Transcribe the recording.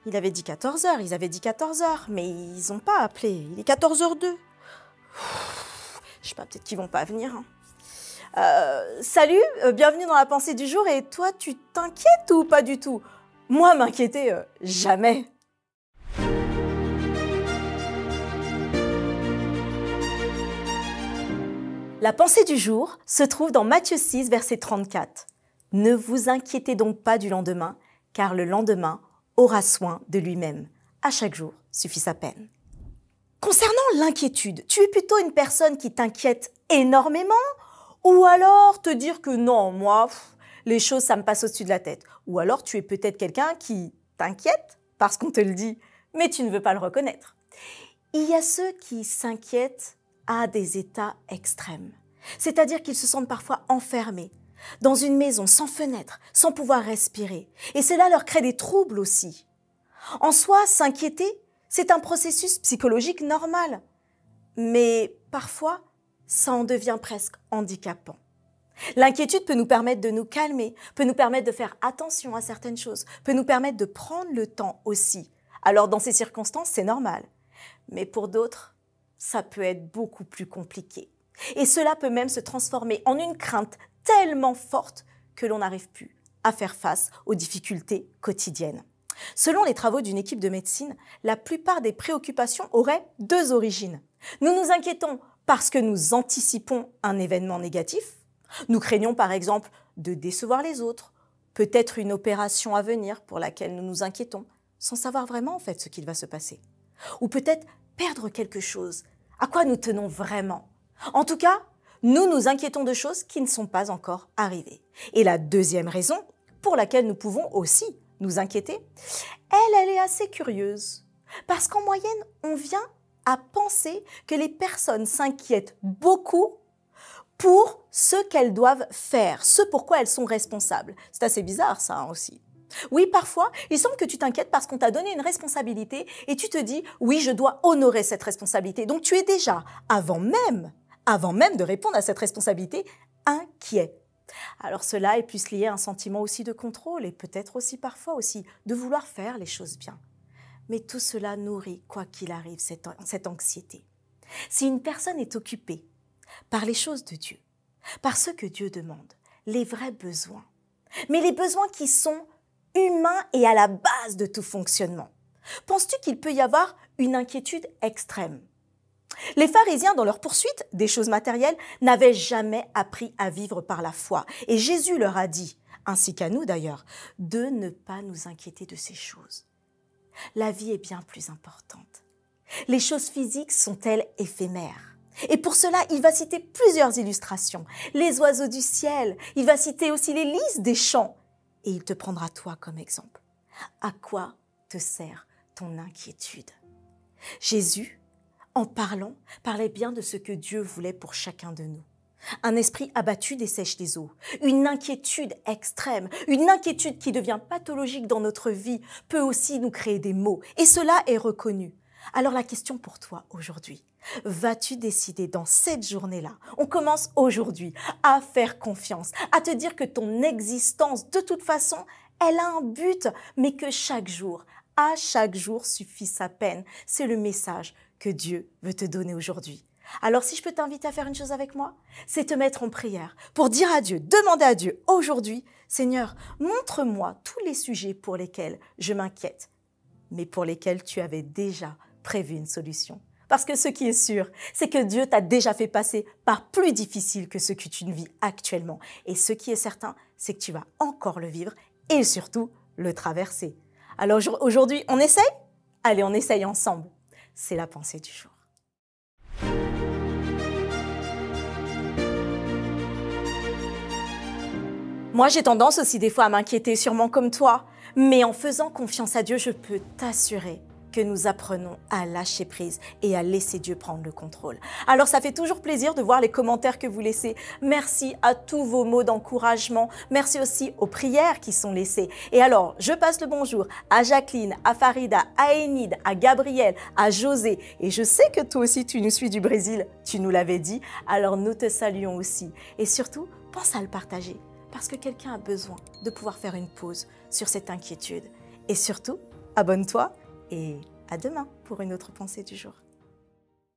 Il avait dit 14 h, ils avaient dit 14 h, mais ils n'ont pas appelé. Il est 14 h 02. Je sais pas, peut-être qu'ils vont pas venir. Salut, bienvenue dans la pensée du jour. Et toi, tu t'inquiètes ou pas du tout? Moi, m'inquiéter, jamais. La pensée du jour se trouve dans Matthieu 6, verset 34. Ne vous inquiétez donc pas du lendemain, car le lendemain aura soin de lui-même. À chaque jour suffit sa peine. Concernant l'inquiétude, tu es plutôt une personne qui t'inquiète énormément ou alors te dire que non, moi, les choses, ça me passe au-dessus de la tête. Ou alors tu es peut-être quelqu'un qui t'inquiète parce qu'on te le dit, mais tu ne veux pas le reconnaître. Il y a ceux qui s'inquiètent à des états extrêmes, c'est-à-dire qu'ils se sentent parfois enfermés dans une maison sans fenêtre, sans pouvoir respirer. Et cela leur crée des troubles aussi. En soi, s'inquiéter, c'est un processus psychologique normal. Mais parfois, ça en devient presque handicapant. L'inquiétude peut nous permettre de nous calmer, peut nous permettre de faire attention à certaines choses, peut nous permettre de prendre le temps aussi. Alors dans ces circonstances, c'est normal. Mais pour d'autres, ça peut être beaucoup plus compliqué. Et cela peut même se transformer en une crainte tellement forte que l'on n'arrive plus à faire face aux difficultés quotidiennes. Selon les travaux d'une équipe de médecine, la plupart des préoccupations auraient deux origines. Nous nous inquiétons parce que nous anticipons un événement négatif. Nous craignons par exemple de décevoir les autres, peut-être une opération à venir pour laquelle nous nous inquiétons, sans savoir vraiment en fait ce qu'il va se passer. Ou peut-être perdre quelque chose, à quoi nous tenons vraiment. En tout cas, nous nous inquiétons de choses qui ne sont pas encore arrivées. Et la deuxième raison pour laquelle nous pouvons aussi nous inquiéter, elle est assez curieuse. Parce qu'en moyenne, on vient à penser que les personnes s'inquiètent beaucoup pour ce qu'elles doivent faire, ce pourquoi elles sont responsables. C'est assez bizarre ça aussi. Oui, parfois, il semble que tu t'inquiètes parce qu'on t'a donné une responsabilité et tu te dis « oui, je dois honorer cette responsabilité ». Donc tu es déjà, avant même de répondre à cette responsabilité, inquiet. Alors cela est plus lié à un sentiment aussi de contrôle et peut-être aussi parfois aussi de vouloir faire les choses bien. Mais tout cela nourrit, quoi qu'il arrive, cette anxiété. Si une personne est occupée par les choses de Dieu, par ce que Dieu demande, les vrais besoins, mais les besoins qui sont humains et à la base de tout fonctionnement, penses-tu qu'il peut y avoir une inquiétude extrême? Les pharisiens, dans leur poursuite des choses matérielles, n'avaient jamais appris à vivre par la foi. Et Jésus leur a dit, ainsi qu'à nous d'ailleurs, de ne pas nous inquiéter de ces choses. La vie est bien plus importante. Les choses physiques sont-elles éphémères? Et pour cela, il va citer plusieurs illustrations. Les oiseaux du ciel, il va citer aussi les lys des champs. Et il te prendra toi comme exemple. À quoi te sert ton inquiétude? Jésus, en parlant, parlait bien de ce que Dieu voulait pour chacun de nous. Un esprit abattu dessèche les eaux. Une inquiétude extrême, une inquiétude qui devient pathologique dans notre vie peut aussi nous créer des maux. Et cela est reconnu. Alors la question pour toi aujourd'hui, vas-tu décider dans cette journée-là, on commence aujourd'hui, à faire confiance, à te dire que ton existence, de toute façon, elle a un but, mais que à chaque jour suffit sa peine. C'est le message que Dieu veut te donner aujourd'hui. Alors si je peux t'inviter à faire une chose avec moi, c'est te mettre en prière pour dire à Dieu, demander à Dieu aujourd'hui, Seigneur, montre-moi tous les sujets pour lesquels je m'inquiète, mais pour lesquels tu avais déjà prévu une solution. Parce que ce qui est sûr, c'est que Dieu t'a déjà fait passer par plus difficile que ce que tu ne vis actuellement. Et ce qui est certain, c'est que tu vas encore le vivre et surtout le traverser. Alors aujourd'hui, on essaye? Allez, on essaye ensemble. C'est la pensée du jour. Moi, j'ai tendance aussi des fois à m'inquiéter, sûrement comme toi. Mais en faisant confiance à Dieu, je peux t'assurer que nous apprenons à lâcher prise et à laisser Dieu prendre le contrôle. Alors ça fait toujours plaisir de voir les commentaires que vous laissez. Merci à tous vos mots d'encouragement. Merci aussi aux prières qui sont laissées. Et alors, je passe le bonjour à Jacqueline, à Farida, à Enid, à Gabriel, à José. Et je sais que toi aussi tu nous suis du Brésil, tu nous l'avais dit. Alors nous te saluons aussi. Et surtout, pense à le partager parce que quelqu'un a besoin de pouvoir faire une pause sur cette inquiétude. Et surtout, abonne-toi et à demain pour une autre pensée du jour.